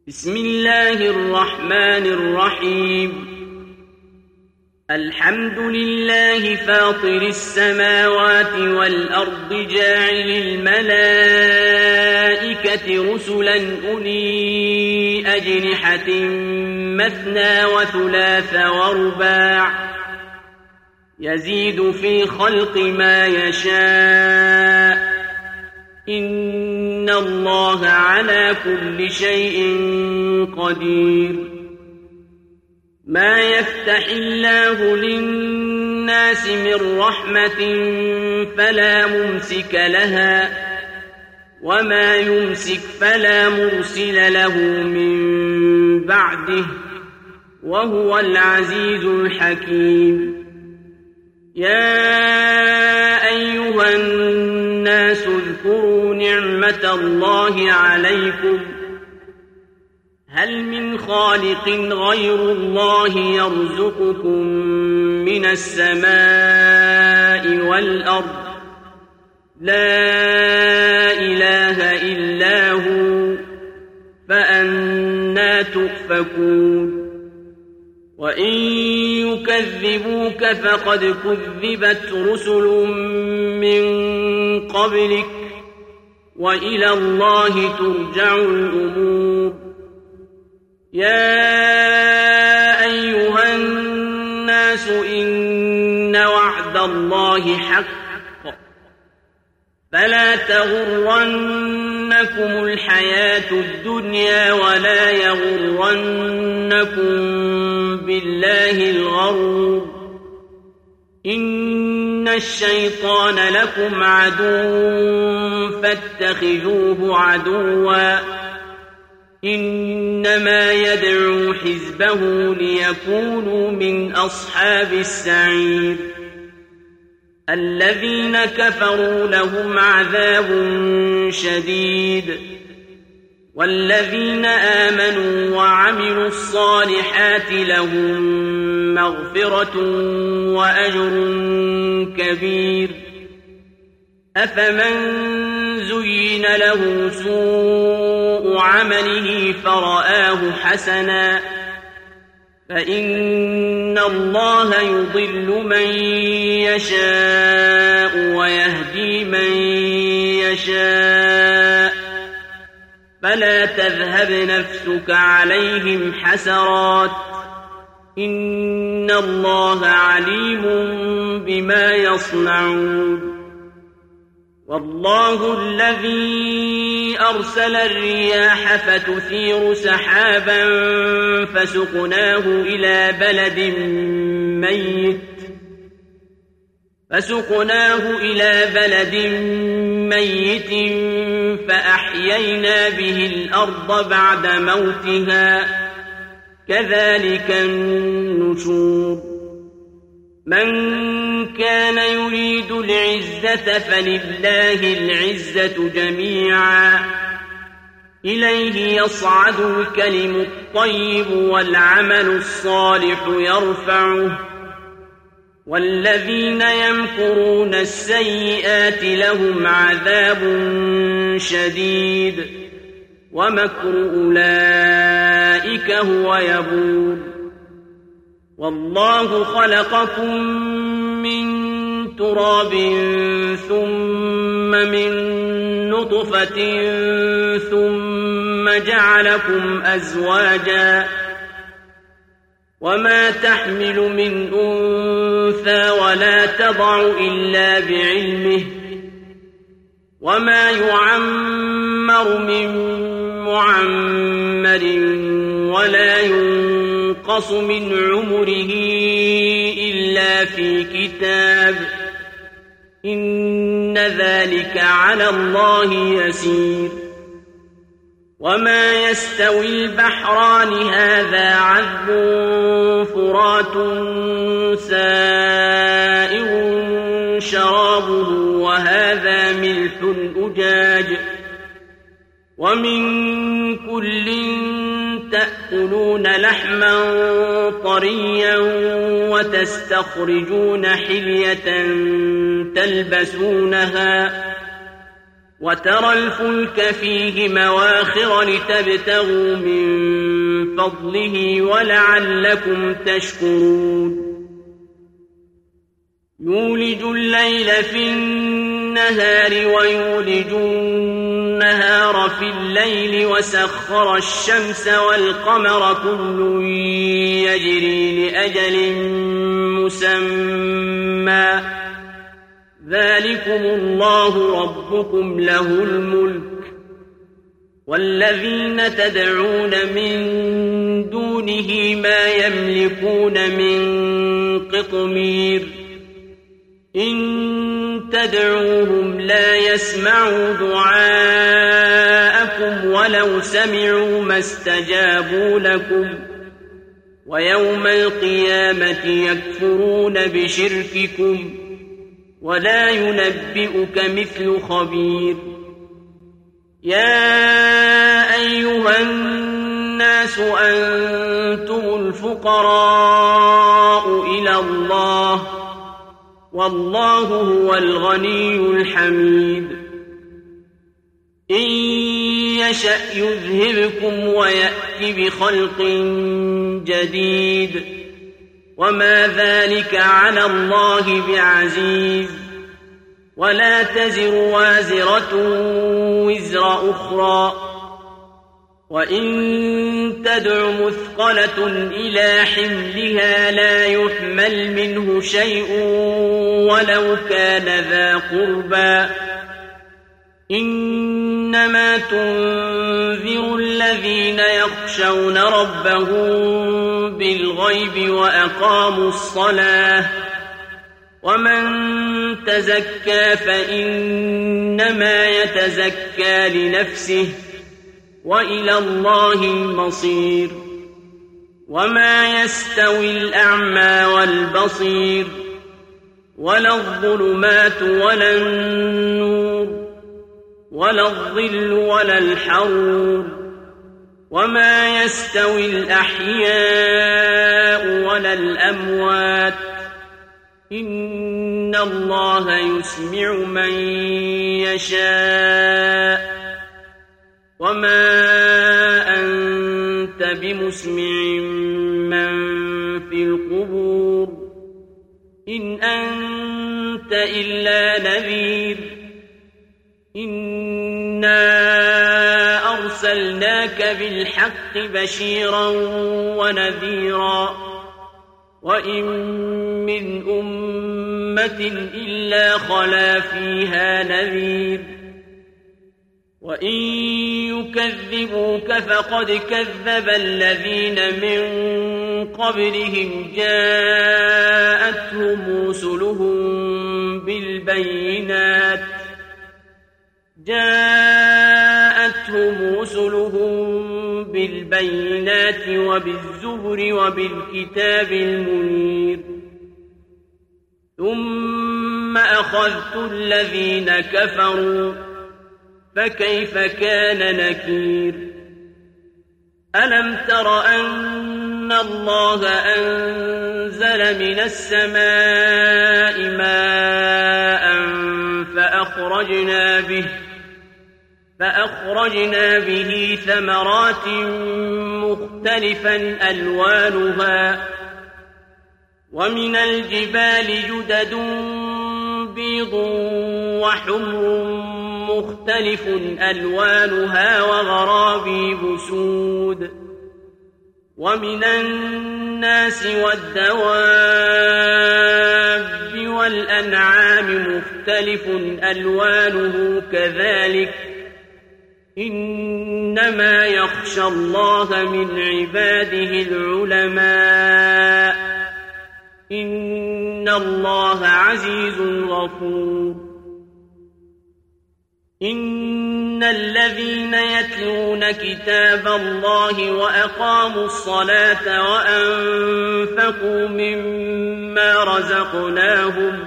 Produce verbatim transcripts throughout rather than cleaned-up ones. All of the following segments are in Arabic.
بسم الله الرحمن الرحيم الحمد لله فاطر السماوات والأرض جاعل الملائكة رسلا أولي أجنحة مثنى وثلاث ورباع يزيد في خلق ما يشاء إن الله على كل شيء قدير ما يفتح الله للناس من رحمة فلا ممسك لها وما يمسك فلا مرسل له من بعده وهو العزيز الحكيم يا أيها الناس اذكروا نعمة الله عليكم هل من خالق غير الله يرزقكم من السماء والأرض لا إله إلا هو فأنى تؤفكون وإن يكذبوك فقد كذبت رسل من قبلك وإلى الله ترجع الأمور يا أيها الناس إن وعد الله حق فلا تغرنكم الحياة الدنيا ولا يغرنكم بالله الغرور إن الشيطان لكم عدو فاتخذوه عدوا إنما يدعو حزبه ليكونوا من أصحاب السعير الذين كفروا لهم عذاب شديد والذين آمنوا وعملوا الصالحات لهم مغفرة وأجر كبير أفمن زين له سوء عمله فرآه حسنا فإن الله يضل من يشاء ويهدي من يشاء فلا تذهب نفسك عليهم حسرات إن الله عليم بما يصنعون والله الذي أرسل الرياح فتثير سحابا فسقناه إلى بلد ميت فسقناه إلى بلد ميت فأحيينا به الأرض بعد موتها كذلك النشور من كان يريد العزة فلله العزة جميعا إليه يصعد الكلم الطيب والعمل الصالح يرفعه والذين يمكرون السيئات لهم عذاب شديد ومكر أولئك هو يبور والله خلقكم من تراب ثم من نطفة ثم جعلكم أزواجا وما تحمل من أنثى ولا تضع إلا بعلمه وما يعمر من معمر ولا ينقص من عمره إلا في كتاب إن ذلك على الله يسير وما يستوي البحران هذا عذب فرات سائغ شرابه وهذا ملح أجاج ومن كل تأكلون لحما طريا وتستخرجون حلية تلبسونها وترى الفلك فيه مواخر لتبتغوا من فضله ولعلكم تشكرون يولج الليل في النهار ويولج النهار في الليل وسخر الشمس والقمر كل يجري لأجل مسمى ذلكم الله ربكم له الملك والذين تدعون من دونه ما يملكون من قطمير إن تدعوهم لا يسمعوا دعاءكم ولو سمعوا ما استجابوا لكم ويوم القيامة يكفرون بشرككم ولا ينبئك مثل خبير يا أيها الناس أنتم الفقراء إلى الله والله هو الغني الحميد إن يشأ يذهبكم ويأتي بخلق جديد وما ذلك على الله بعزيز ولا تزر وازرة وزر أخرى وإن تدع مثقلة إلى حملها لا يحمل منه شيء ولو كان ذا قربى إنما تنذر الذين يخشون ربهم بالغيب وأقاموا الصلاة ومن تزكى فإنما يتزكى لنفسه وإلى الله المصير وما يستوي الأعمى والبصير ولا الظلمات ولا النور ولا الظل ولا الحرور وما يستوي الأحياء ولا الأموات إن الله يسمع من يشاء وما أنت بمسمع من في القبور إن أنت إلا نذير إنا أرسلناك بالحق بشيرا ونذيرا وإن من أمة إلا خلا فيها نذير وإن يكذبوك فقد كذب الذين من قبلهم جاءتهم رسلهم بالبينات جاءتهم رسلهم بالبينات وبالزبر وبالكتاب المنير ثم أخذت الذين كفروا فكيف كان نكير ألم تر أن الله أنزل من السماء ماء فأخرجنا به فأخرجنا به ثمرات مختلفا ألوانها ومن الجبال جدد بيض وحمر مختلف ألوانها وغرابيب سود ومن الناس والدواب والأنعام مختلف ألوانه كذلك إنما يخشى الله من عباده العلماء إن الله عزيز غفور إن الذين يتلون كتاب الله وأقاموا الصلاة وأنفقوا مما رزقناهم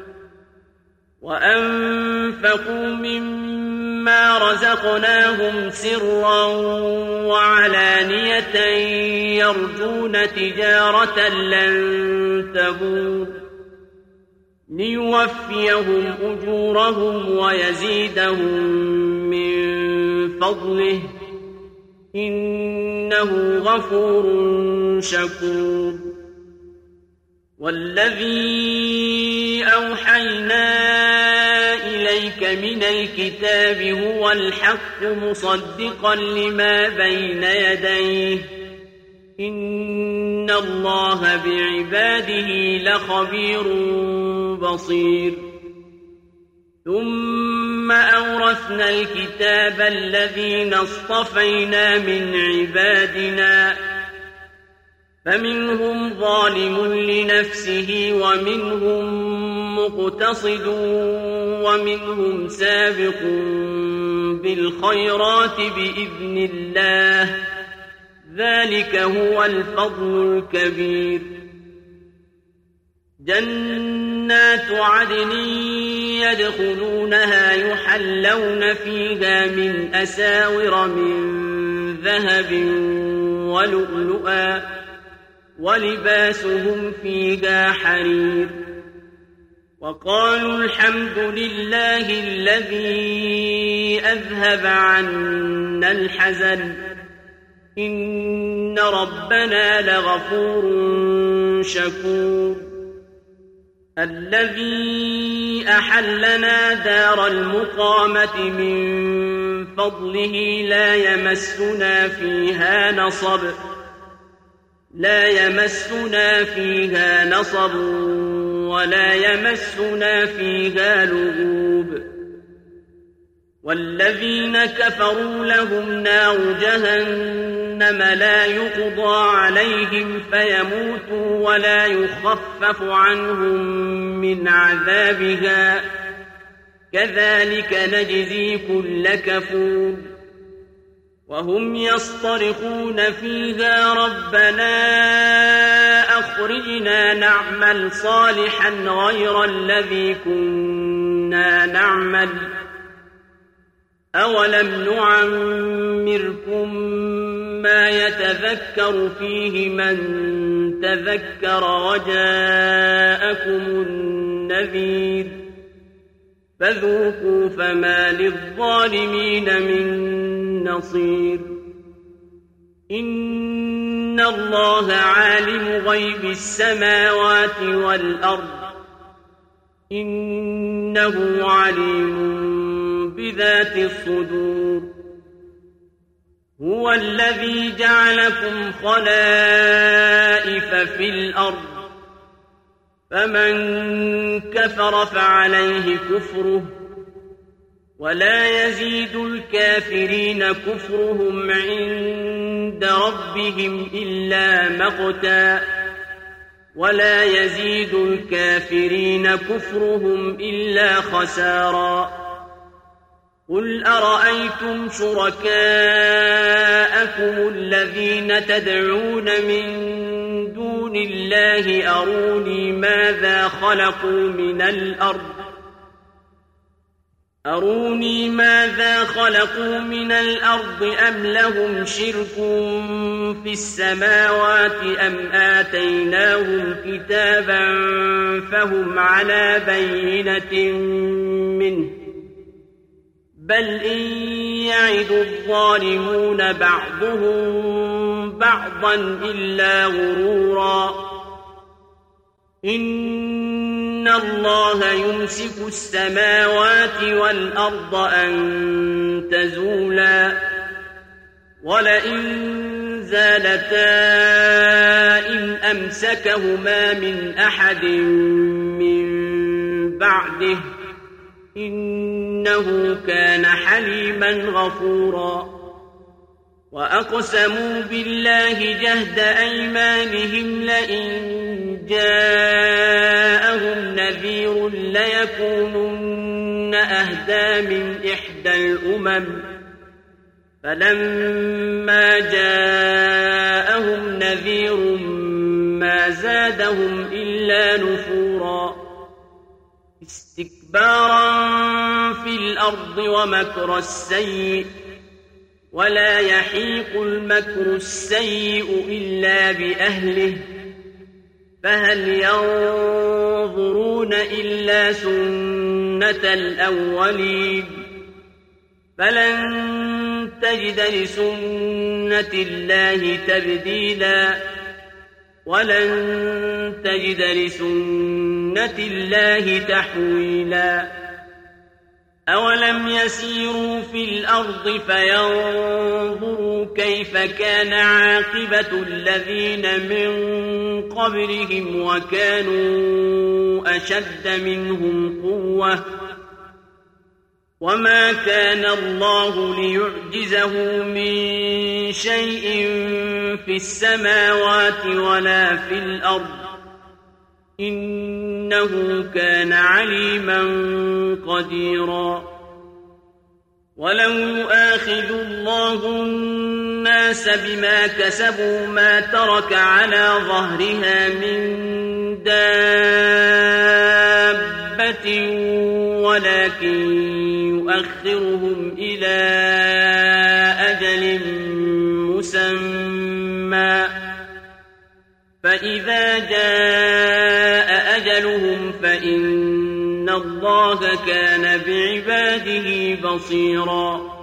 وأنفقوا مما رزقناهم سرا وعلانية يرجون تجارة لن تبور ليوفيهم أجورهم ويزيدهم من فضله إنه غفور شكور والذي أوحينا إليك من الكتاب هو الحق مصدقا لما بين يديه إن الله بعباده لخبير بصير ثم أورثنا الكتاب الذين اصطفينا من عبادنا فمنهم ظالم لنفسه ومنهم مقتصد ومنهم سابق بالخيرات بإذن الله ذلك هو الفضل الكبير جنات عدن يدخلونها يحلون فيها من أساور من ذهب ولؤلؤا ولباسهم فيها حرير وقالوا الحمد لله الذي أذهب عنا الحزن إن ربنا لغفور شكور الذي أحلنا دار المقامة من فضله لا يمسنا فيها نصب لا يمسنا فيها نصب ولا يمسنا فيها لغوب والذين كفروا لهم نار جهنم لا يقضى عليهم فيموتوا ولا يخفف عنهم من عذابها كذلك نجزي كل كفور وهم يصطرخون فيها ربنا أخرجنا نعمل صالحا غير الذي كنا نعمل أولم نعمركم ما يتذكر فيه من تذكر وجاءكم النذير فذوقوا فما للظالمين من نصير إن الله عالم غيب السماوات والأرض إنه عليم بذات الصدور هو الذي جعلكم خلائف في الأرض فمن كفر فعليه كفره ولا يزيد الكافرين كفرهم عند ربهم إلا مقتا ولا يزيد الكافرين كفرهم إلا خسارا قل أرأيتم شركاءكم الذين تدعون من دون الله أروني ماذا خلقوا من الأرض أروني ماذا خلقوا من الأرض أم لهم شرك في السماوات أم آتيناهم كتابا فهم على بينة منه بل إن يعد الظالمون بعضهم بعضا إلا غرورا إن الله يمسك السماوات والأرض أن تزولا ولئن زالتا إن أمسكهما من أحد من بعده إنه كان حليما غفورا وأقسموا بالله جهد أيمانهم لئن جاءهم نذير ليكونن أهدى من إحدى الأمم فلما جاءهم نذير ما زادهم إلا نفورا استكبارا في الأرض ومكر السيء ولا يحيق المكر السيء إلا بأهله فهل ينظرون إلا سنة الأولين فلن تجد لسنة الله تبديلا ولن تجد لسنة الله تحويلا أولم يسيروا في الأرض فينظروا كيف كان عاقبة الذين من قبلهم وكانوا أشد منهم قوة وما كان الله ليعجزه من شيء في السماوات ولا في الأرض إنه كان عليما قديرا ولو يؤاخذ الله الناس بما كسبوا ما ترك على ظهرها من دابة ولكن يؤخرهم إلى أجل مسمى فإذا جاء أجلهم فإن الله كان بعباده بصيرا